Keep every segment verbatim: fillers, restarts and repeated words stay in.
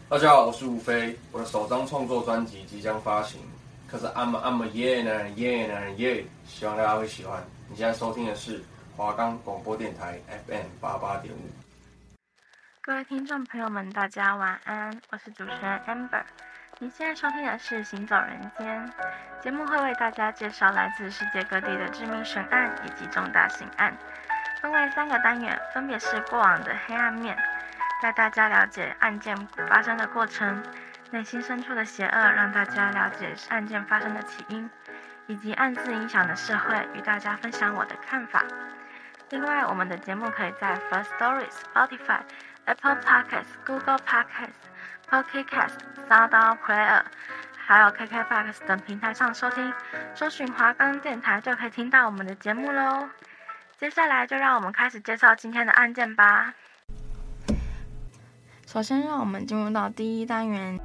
大家好，我是吴飞，我的首张创作专辑即将发行，可是 I'm I'm a yeah 呢 yeah 呢 yeah， 希望大家会喜欢。你现在收听的是华冈广播电台 F M 八八点五。 各位听众朋友们，大家晚安，我是主持人 Amber。您现在收听的是《行走人间》节目，会为大家介绍来自世界各地的知名悬案以及重大刑案，分为三个单元，分别是过往的黑暗面，带大家了解案件发生的过程，内心深处的邪恶，让大家了解案件发生的起因，以及暗自影响的社会，与大家分享我的看法。另外，我们的节目可以在 First Story、Spotify、Apple Podcasts、Google Podcasts、Pocket Casts、SoundOn Player， 还有 K K Box 等平台上收听，搜寻华冈电台就可以听到我们的节目喽。接下来就让我们开始介绍今天的案件吧。首先，让我们进入到第一单元。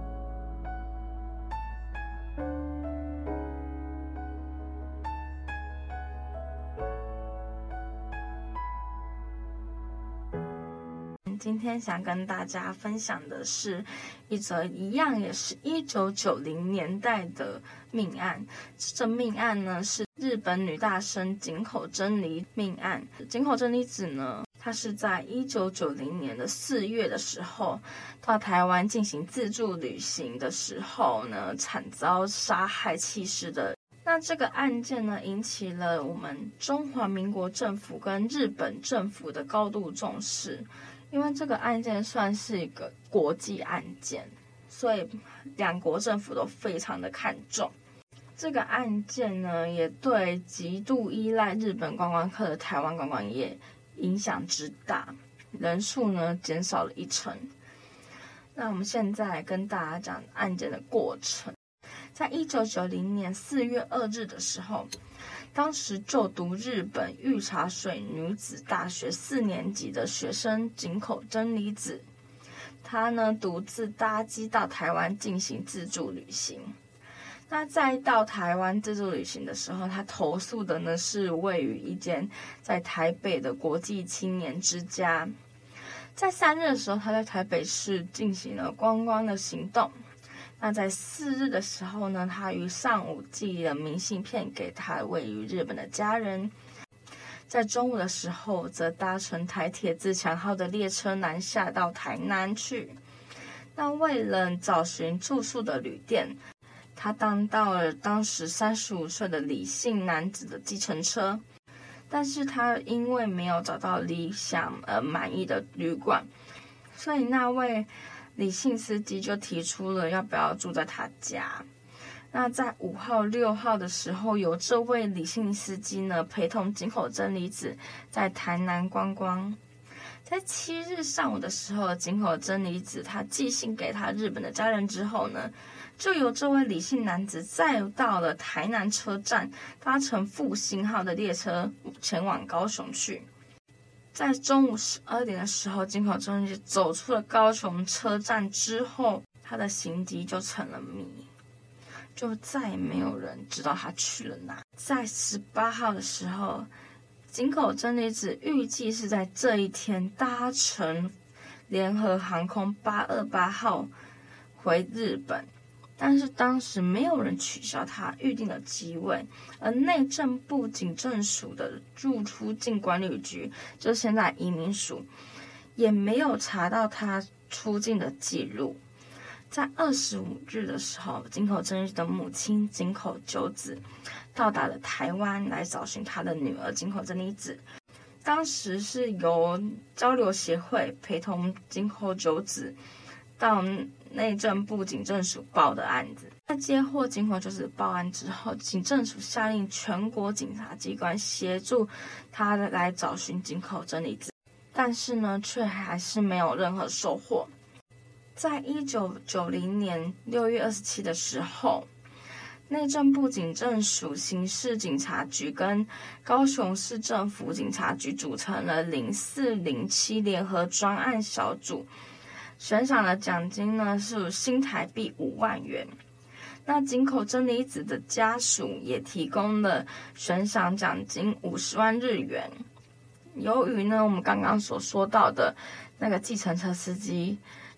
今天想跟大家分享的是一则一样也是一九九零年代的命案。这命案呢是日本女大生井口真理命案。井口真理子呢，她是在一九九零年的四月的时候到台湾进行自助旅行的时候呢，惨遭杀害弃尸的。那这个案件呢，引起了我们中华民国政府跟日本政府的高度重视。因为这个案件算是一个国际案件，所以两国政府都非常的看重。这个案件呢，也对极度依赖日本观光客的台湾观光业影响之大，人数呢减少了一成。那我们现在来跟大家讲案件的过程。在一九九零年四月二日的时候，当时就读日本御茶水女子大学四年级的学生井口真理子，她呢独自搭机到台湾进行自助旅行。那在到台湾自助旅行的时候，她投宿的呢是位于一间在台北的国际青年之家。在三日的时候，她在台北市进行了观光的行动。那在四日的时候呢，他于上午寄了明信片给他位于日本的家人。在中午的时候，则搭乘台铁自强号的列车南下到台南去。那为了找寻住宿的旅店，他当到了当时三十五岁的李姓男子的计程车，但是他因为没有找到理想而满意的旅馆，所以那位李姓司机就提出了要不要住在他家。那在五号、六号的时候，由这位李姓司机呢陪同井口真理子在台南观光。在七日上午的时候，井口真理子他寄信给他日本的家人之后呢，就由这位李姓男子再到了台南车站，搭乘复兴号的列车前往高雄去。在中午十二点的时候，井口真理子走出了高雄车站之后，他的行迹就成了谜，就再也没有人知道他去了哪。在十八号的时候，井口真理子预计是在这一天搭乘联合航空八二八号回日本，但是当时没有人取消他预定的机位，而内政部警政署的入出境管理局，就是现在移民署，也没有查到他出境的记录。在二十五日的时候，井口真理子的母亲井口久子到达了台湾，来找寻他的女儿井口真理子。当时是由交流协会陪同井口久子到内政部警政署报的案子。在接获井口久子报案之后，警政署下令全国警察机关协助他来找寻井口真理子，但是呢，却还是没有任何收获。在一九九零年六月二十七的时候，内政部警政署刑事警察局跟高雄市政府警察局组成了零四零七联合专案小组，悬赏的奖金呢是新台币五万元。那井口真理子的家属也提供了悬赏奖金五十万日元。由于呢，我们刚刚所说到的那个计程车司机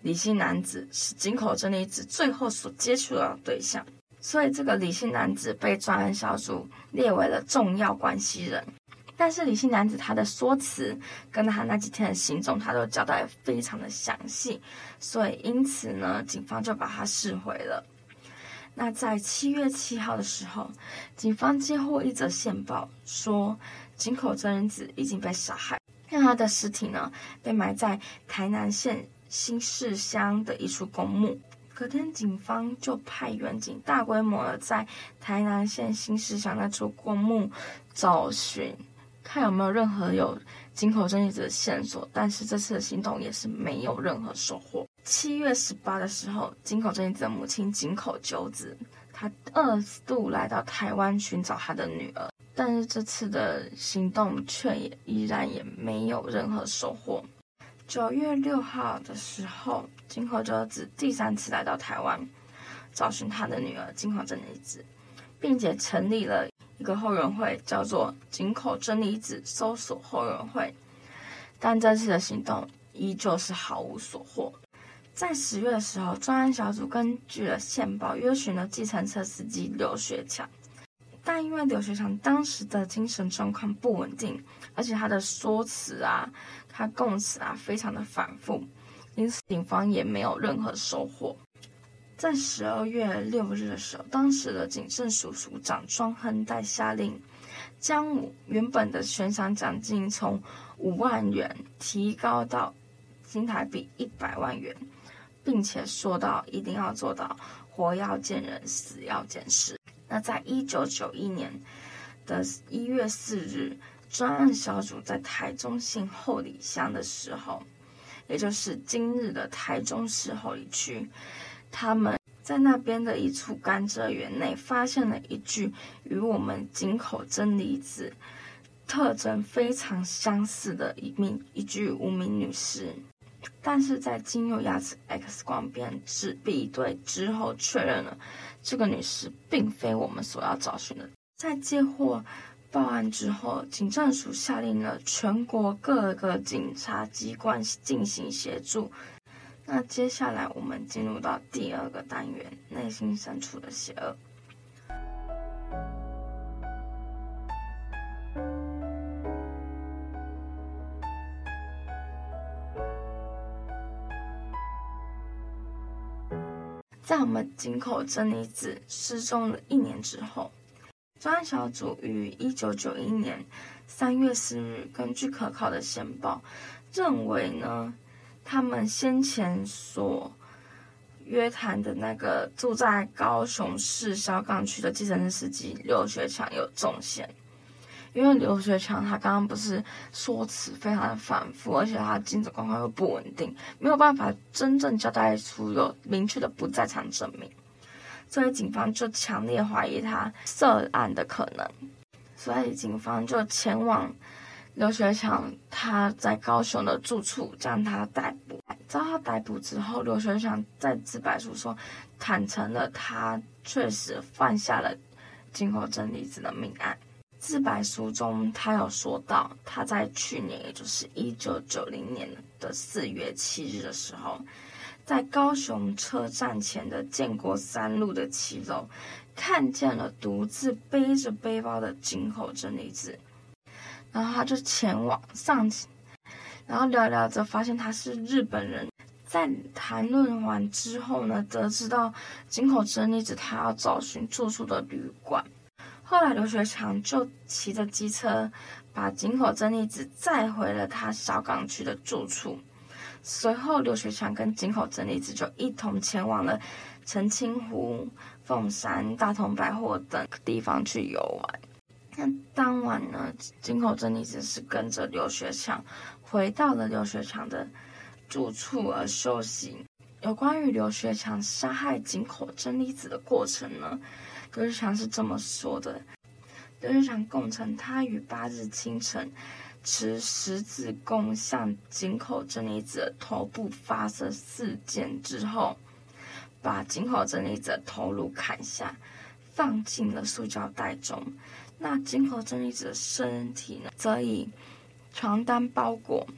李姓男子是井口真理子最后所接触到的对象，所以这个李姓男子被专案小组列为了重要关系人。但是李姓男子他的说辞跟他那几天的行踪，他都交代得非常的详细，所以因此呢，警方就把他释回了。那在七月七号的时候，警方接获一则线报，说井口真理子已经被杀害，那他的尸体呢被埋在台南县新市乡的一处公墓。隔天，警方就派员警大规模的在台南县新市乡那处公墓找寻，看有没有任何有井口真理子的线索，但是这次的行动也是没有任何收获。七月十八的时候，井口真理子的母亲井口久子，她二度来到台湾寻找她的女儿，但是这次的行动却也依然也没有任何收获。九月六号的时候，井口久子第三次来到台湾，找寻她的女儿井口真理子，并且成立了一个后援会，叫做井口真理子搜索后援会。但这次的行动依旧是毫无所获。在十月的时候，专案小组根据了线报约询了计程车司机刘学强，但因为刘学强当时的精神状况不稳定，而且他的说辞啊、他供词啊非常的反复，因此警方也没有任何收获。在十二月六日的时候，当时的警政署署长庄亨代下令，将原本的悬赏奖金从五万元提高到新台币一百万元，并且说到一定要做到活要见人，死要见尸。那在一九九一年的一月四日，专案小组在台中县后里乡的时候，也就是今日的台中市后里区，他们在那边的一处甘蔗园内发现了一具与我们井口真理子特征非常相似的一名一具无名女尸，但是在经由牙齿 X 光片质比对之后，确认了这个女尸并非我们所要找寻的。在接获报案之后，警政署下令了全国各个警察机关进行协助。那接下来我们进入到第二个单元，内心深处的邪恶。在我们井口真理子失踪了一年之后，专案小组于一九九一年三月四日，根据可靠的线报，认为呢，他们先前所约谈的那个住在高雄市小港区的计程车司机刘学强有中线。因为刘学强他刚刚不是说辞非常的反复，而且他精神状况又不稳定，没有办法真正交代出有明确的不在场证明，所以警方就强烈怀疑他涉案的可能，所以警方就前往刘学强他在高雄的住处将他逮捕。遭他逮捕之后，刘学强在自白书中坦诚了他确实犯下了井口真理子的命案。自白书中，他有说到，他在去年，也就是一九九零年的四月七日的时候，在高雄车站前的建国三路的七楼，看见了独自背着背包的井口真理子，然后他就前往上，然后聊聊着，发现他是日本人。在谈论完之后呢，得知到井口真理子他要找寻住宿的旅馆。后来刘学强就骑着机车把井口真理子载回了他小港区的住处。随后刘学强跟井口真理子就一同前往了澄清湖、凤山、大同百货等地方去游玩。那当晚呢，井口真理子是跟着刘学强回到了刘学强的住处而休息。有关于刘学强杀害井口真理子的过程呢，刘学强是这么说的：刘学强供称，他于八日清晨持十字弓向井口真理子的头部发射四箭之后，把井口真理子的头颅砍下，放进了塑胶袋中。那井口真理子的身体呢，则以床单包裹，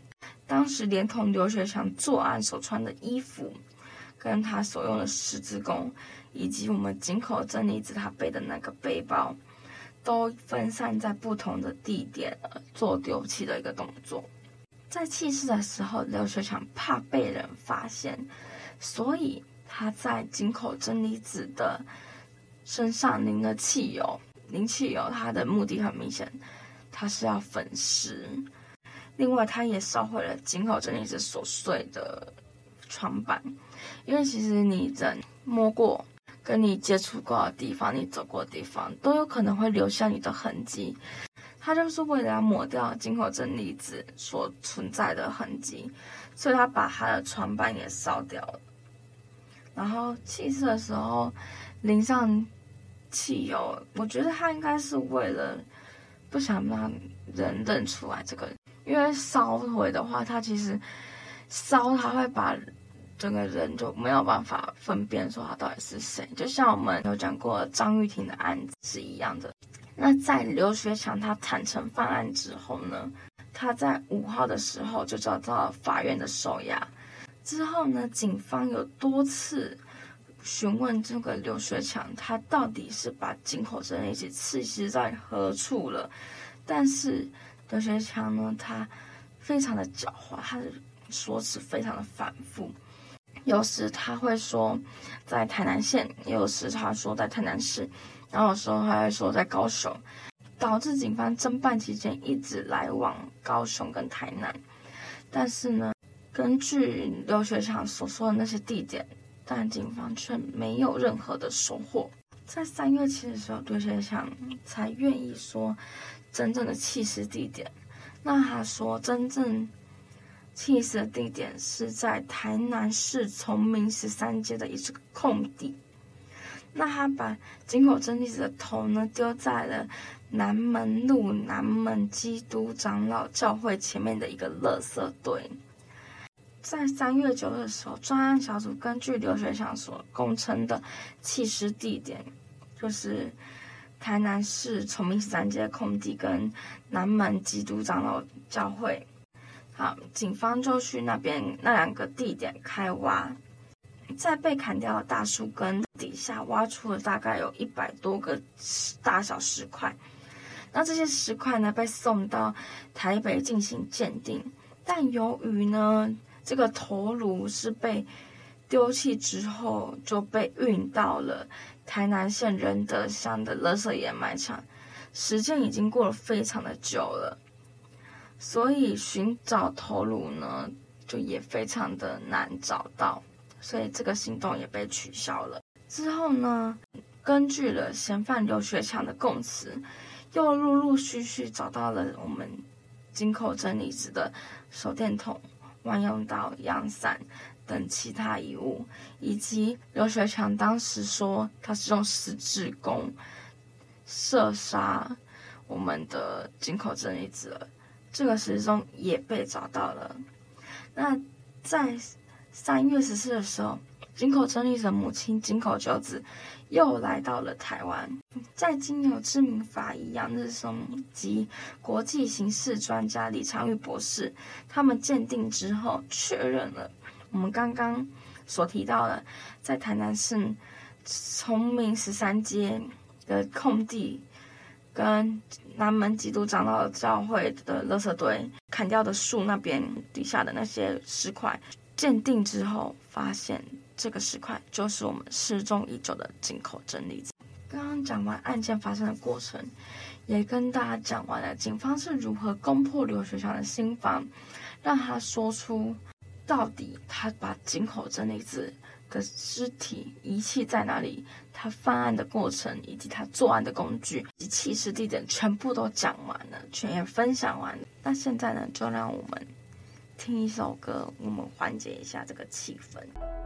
当时连同刘学强作案所穿的衣服，跟他所用的十字弓，以及我们井口真理子他背的那个背包，都分散在不同的地点做丢弃的一个动作。在弃尸的时候，刘学强怕被人发现，所以他在井口真理子的身上淋了汽油。淋汽油，他的目的很明显，他是要焚尸。另外，他也烧毁了井口真理子所睡的床板，因为其实你人摸过、跟你接触过的地方、你走过的地方，都有可能会留下你的痕迹。他就是为了要抹掉井口真理子所存在的痕迹，所以他把他的床板也烧掉了。然后弃尸的时候淋上汽油，我觉得他应该是为了不想让人认出来这个人，因为烧毁的话，他其实烧他会把整个人就没有办法分辨说他到底是谁，就像我们有讲过张玉婷的案子是一样的。那在刘学强他坦诚犯案之后呢，他在五号的时候就遭到法院的收押。之后呢，警方有多次询问这个刘学强，他到底是把井口真理子弃尸在何处了？但是刘学强呢，他非常的狡猾，他的说辞非常的反复。有时他会说在台南县，有时他说在台南市，然后有时候他会说在高雄，导致警方侦办期间一直来往高雄跟台南。但是呢，根据刘学强所说的那些地点，但警方却没有任何的收获。在三月七的时候，刘学强才愿意说真正的弃尸地点。那他说真正弃尸的地点是在台南市崇明十三街的一个空地。那他把井口真理子的头呢丢在了南门路南门基督长老教会前面的一个垃圾堆。在三月九日的时候，专案小组根据刘学强所供称的弃尸地点，就是台南市崇明十三街空地跟南门基督长老教会。好，警方就去那边那两个地点开挖，在被砍掉的大树根底下挖出了大概有一百多个大小石块。那这些石块呢，被送到台北进行鉴定，但由于呢，这个头颅是被丢弃之后就被运到了台南县仁德乡的垃圾掩埋场，时间已经过了非常的久了。所以寻找头颅呢，就也非常的难找到，所以这个行动也被取消了。之后呢，根据了嫌犯刘学强的供词，又陆陆续续找到了我们井口真理子的手电筒、万用刀、阳伞等其他遗物，以及刘学强当时说他是用十字弓射杀我们的井口真理子了。这个时钟也被找到了。那在三月十四的时候，井口真理子的母亲井口久子又来到了台湾，在经由知名法医杨日松及国际刑事专家李昌钰博士他们鉴定之后，确认了我们刚刚所提到的在台南市崇明十三街的空地跟南门基督长老教会的垃圾堆砍掉的树那边底下的那些石块，鉴定之后发现这个石块就是我们失踪已久的井口真理子。刚刚讲完案件发生的过程，也跟大家讲完了警方是如何攻破刘学强的心防，让他说出到底他把井口真理子的尸体遗弃在哪里，他犯案的过程，以及他作案的工具以及弃尸地点全部都讲完了，全也分享完了。那现在呢，就让我们听一首歌，我们缓解一下这个气氛。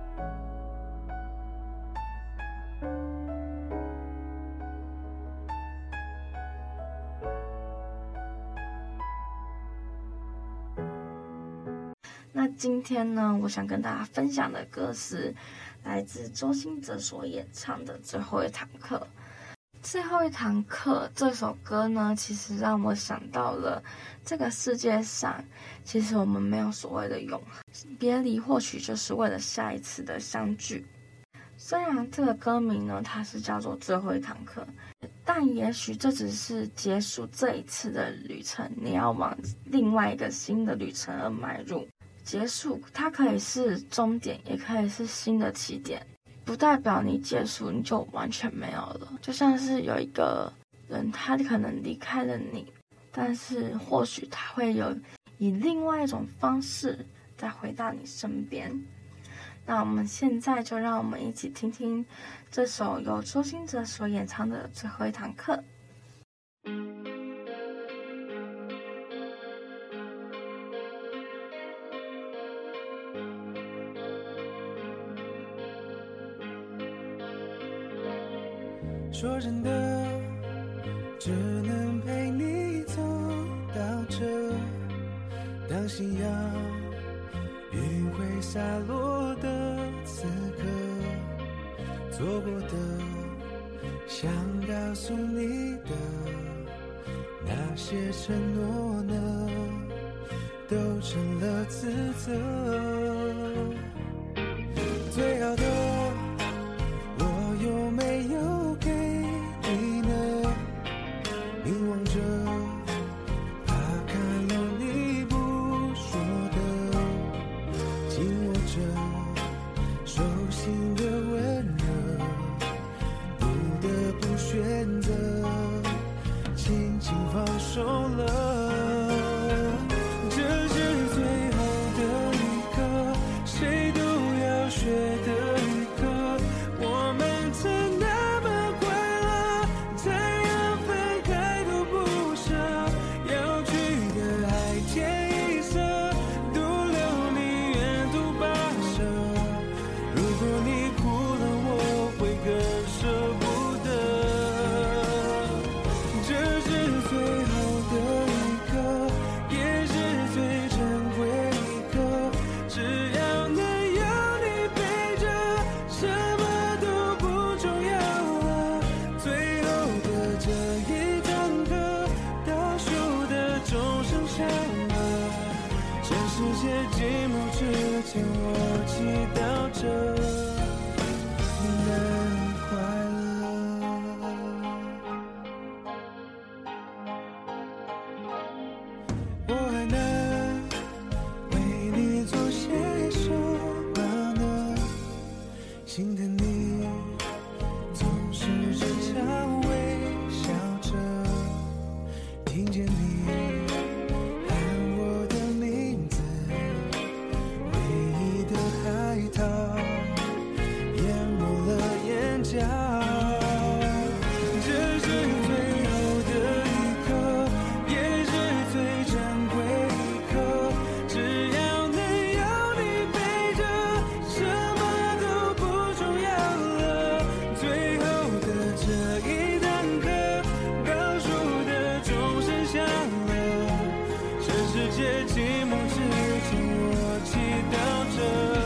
那今天呢，我想跟大家分享的歌是来自周兴哲所演唱的《最后一堂课》。 最后一堂课这首歌呢，其实让我想到了这个世界上，其实我们没有所谓的永恒，别离或许就是为了下一次的相聚。虽然这个歌名呢，它是叫做最后一堂课，但也许这只是结束这一次的旅程，你要往另外一个新的旅程而迈入。结束，它可以是终点，也可以是新的起点。不代表你结束你就完全没有了，就像是有一个人他可能离开了你，但是或许他会有以另外一种方式再回到你身边。那我们现在就让我们一起听听这首由周兴哲所演唱的最后一堂课。 说真的，只能陪你走到这，当夕阳云会洒落的此刻，做过的想告诉你的那些承诺呢，都成了自责。最好的我有没有给你呢？凝望着，怕看漏你不说的，紧握着手心的温热，不得不选择轻轻放手了。我祈祷着你能快乐，我还能为你做些什么呢？心疼你总是时常微笑着，听见你喊我的名字，海涛淹没了眼角，这是最后的一刻，也是最珍贵一刻。只要能有你陪着，什么都不重要了。最后的这一堂课，倒数的钟声响了，趁世界寂寞之前，我祈祷着。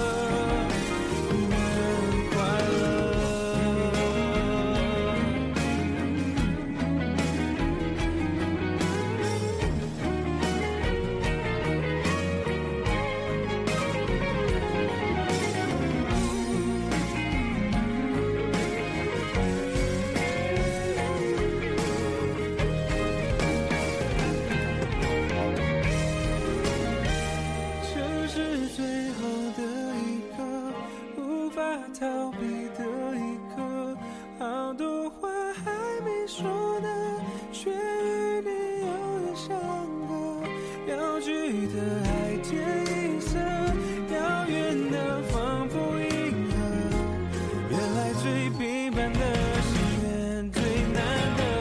逃避的一刻，好多话还没说呢，却与你有点像个遥距的海天一色，遥远的仿佛银河。原来最平凡的心愿最难得，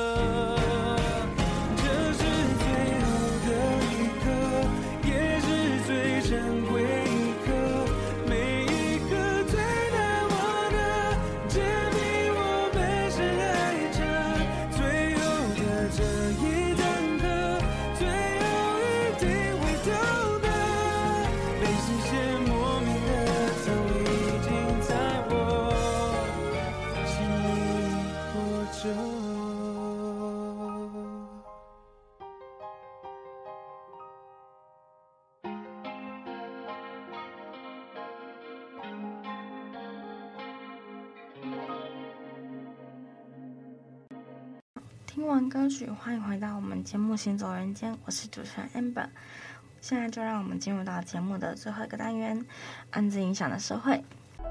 这是最后的一刻，也是最珍贵一刻。每一个最难忘的，证明我们深爱着。 听完歌曲，欢迎回到我们节目《行走人间》，我是主持人 Amber。现在就让我们进入到节目的最后一个单元——暗自影响的社会。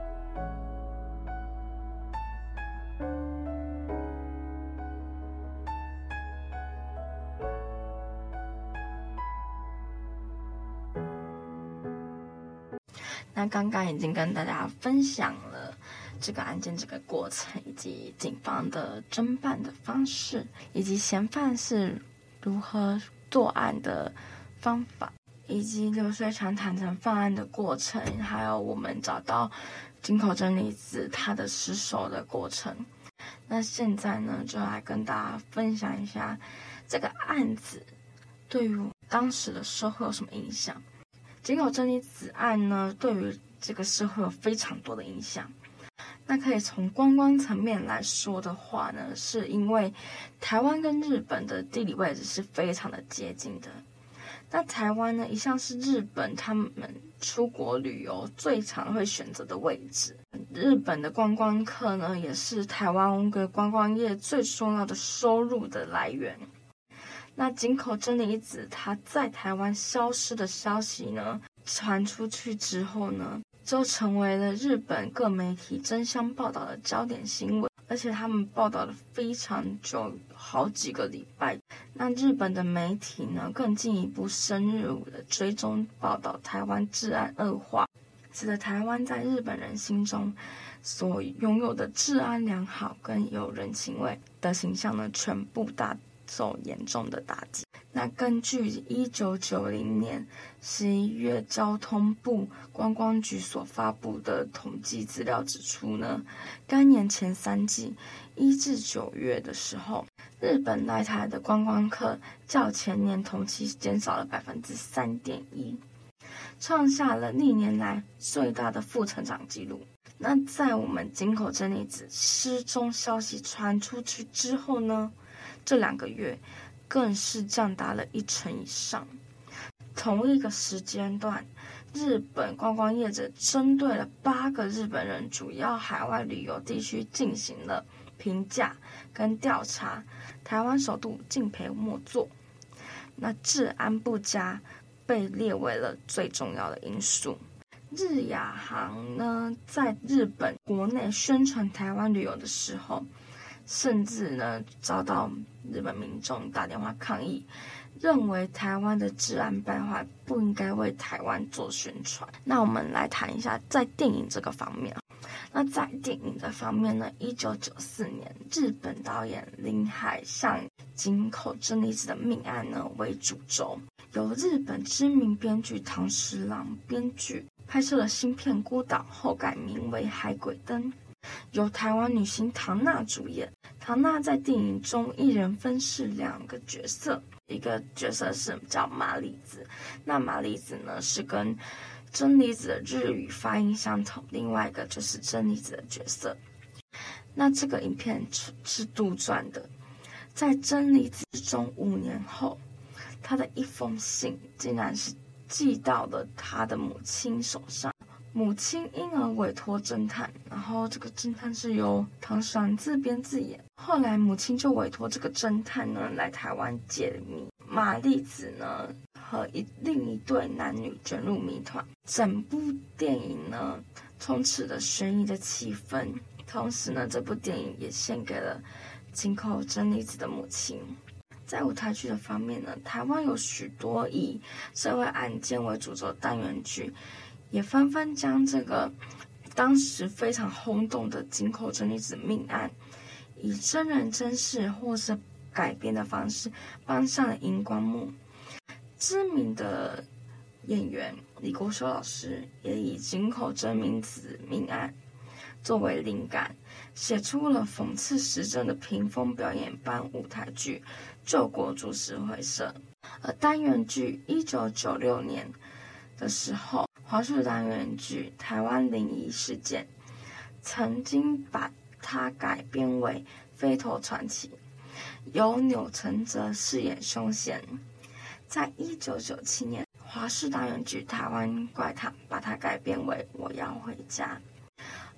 那刚刚已经跟大家分享了这个案件这个过程，以及警方的侦办的方式，以及嫌犯是如何作案的方法，以及刘水强坦诚犯案的过程，还有我们找到井口真理子他的失手的过程。那现在呢，就来跟大家分享一下这个案子对于当时的社会有什么影响。井口真理子案呢，对于这个社会有非常多的影响。那可以从观光层面来说的话呢，是因为台湾跟日本的地理位置是非常的接近的。那台湾呢，一向是日本他们出国旅游最常会选择的位置。日本的观光客呢，也是台湾的观光业最重要的收入的来源。那井口真理子他在台湾消失的消息呢，传出去之后呢，就成为了日本各媒体争相报道的焦点新闻，而且他们报道了非常久，好几个礼拜。那日本的媒体呢，更进一步深入的追踪报道台湾治安恶化，使得台湾在日本人心中所拥有的治安良好跟有人情味的形象呢，全部大受严重的打击。那根据一九九零年十一月交通部观光局所发布的统计资料指出呢，该年前三季一至九月的时候，日本来台的观光客较前年同期减少了百分之三点一，创下了历年来最大的负成长纪录。那在我们井口真理子失踪消息传出去之后呢，这两个月更是降达了一成以上。同一个时间段，日本观光业者针对了八个日本人主要海外旅游地区进行了评价跟调查，台湾首度敬陪末座。那治安不佳被列为了最重要的因素。日亚航呢，在日本国内宣传台湾旅游的时候，甚至呢遭到日本民众打电话抗议，认为台湾的治安败坏不应该为台湾做宣传。那我们来谈一下在电影这个方面。那在电影的方面呢，一九九四年日本导演林海向井口真理子的命案呢为主轴，由日本知名编剧唐十郎编剧，拍摄了新片《孤岛》，后改名为《海鬼灯》，由台湾女星唐娜主演。唐娜在电影中一人分饰两个角色，一个角色是叫麻里子，那麻里子呢是跟真理子的日语发音相同，另外一个就是真理子的角色。那这个影片是杜撰的，在真理子中五年后，他的一封信竟然是寄到了他的母亲手上。母亲因而委托侦探，然后这个侦探是由唐十郎自编自演。后来母亲就委托这个侦探呢来台湾解谜，麻里子呢和一另一对男女卷入谜团。整部电影呢充斥着悬疑的气氛，同时呢这部电影也献给了井口真理子的母亲。在舞台剧的方面呢，台湾有许多以社会案件为主轴的单元剧，也纷纷将这个当时非常轰动的井口真理子命案，以真人真事或是改编的方式搬上了荧光幕。知名的演员李国修老师也以井口真理子命案作为灵感，写出了讽刺时政的屏风表演班舞台剧《救国株式会社》。而单元剧一九九六年的时候，华视单元剧《台湾灵异事件》曾经把它改编为《飞头传奇》，由钮承泽饰演凶嫌。在一九九七年，华视单元剧《台湾怪谈》把它改编为《我要回家》。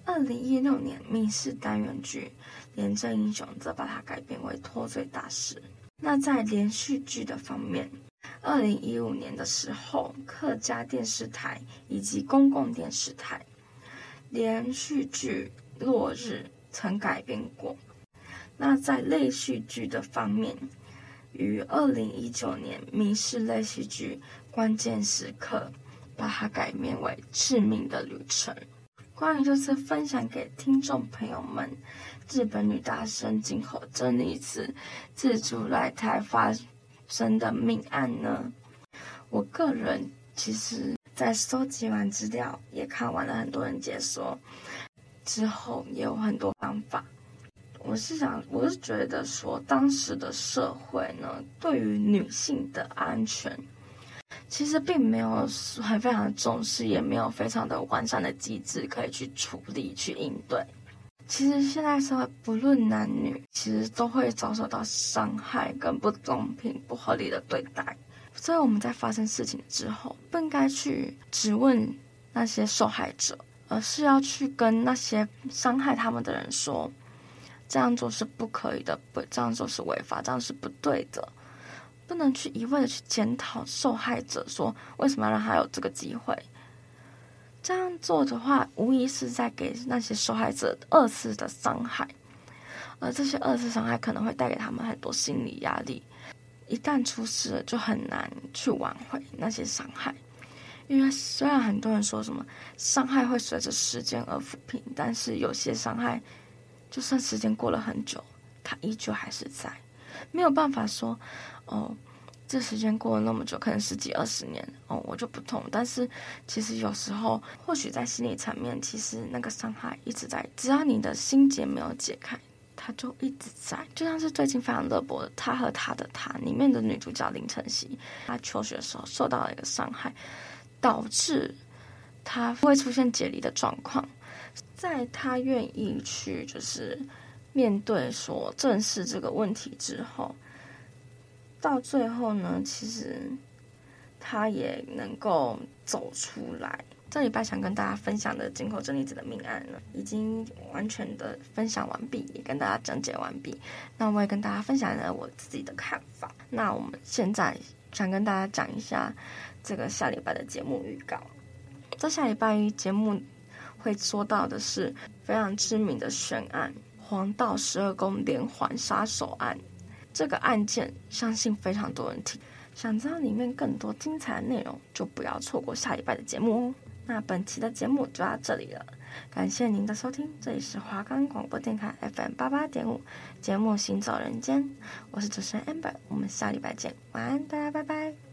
二零一六年民视单元剧《廉政英雄》则把它改编为脱罪大师。那在连续剧的方面，二零一五年的时候，客家电视台以及公共电视台连续剧《落日》曾改编过。那在类续剧的方面，于二零一九年民视类戏剧《关键时刻》把它改编为《致命的旅程》。关于这次分享给听众朋友们日本女大生井口真理子自主来台发生的命案呢，我个人其实在收集完资料，也看完了很多人解说之后，也有很多方法。我是想，我是觉得说，当时的社会呢，对于女性的安全其实并没有很非常的重视，也没有非常的完善的机制可以去处理、去应对。其实现在社会不论男女，其实都会遭受到伤害跟不公平、不合理的对待。所以我们在发生事情之后，不应该去质问那些受害者，而是要去跟那些伤害他们的人说，这样做是不可以的，不这样做是违法，这样是不对的。不能去一味的去检讨受害者，说为什么要让他有这个机会。这样做的话，无疑是在给那些受害者二次的伤害，而这些二次伤害可能会带给他们很多心理压力。一旦出事了，就很难去挽回那些伤害。因为虽然很多人说什么伤害会随着时间而抚平，但是有些伤害，就算时间过了很久，它依旧还是在。没有办法说，哦，这时间过了那么久，可能十几二十年，哦，我就不痛。但是其实有时候，或许在心理层面，其实那个伤害一直在，只要你的心结没有解开，它就一直在。就像是最近非常热播的《他和他的他》里面的女主角林晨曦，她求学的时候受到了一个伤害，导致她会出现解离的状况。在她愿意去就是面对说正视这个问题之后，到最后呢，其实他也能够走出来。这礼拜想跟大家分享的井口真理子的命案呢，已经完全的分享完毕，也跟大家讲解完毕。那我也跟大家分享了我自己的看法。那我们现在想跟大家讲一下这个下礼拜的节目预告。这下礼拜节目会说到的是非常知名的悬案黄道十二宫连环杀手案。这个案件相信非常多人听，想知道里面更多精彩的内容，就不要错过下礼拜的节目哦。那本期的节目就到这里了，感谢您的收听，这里是华冈广播电台 F M 八八点五，节目行走人间，我是主持人 Amber， 我们下礼拜见，晚安，大家拜拜。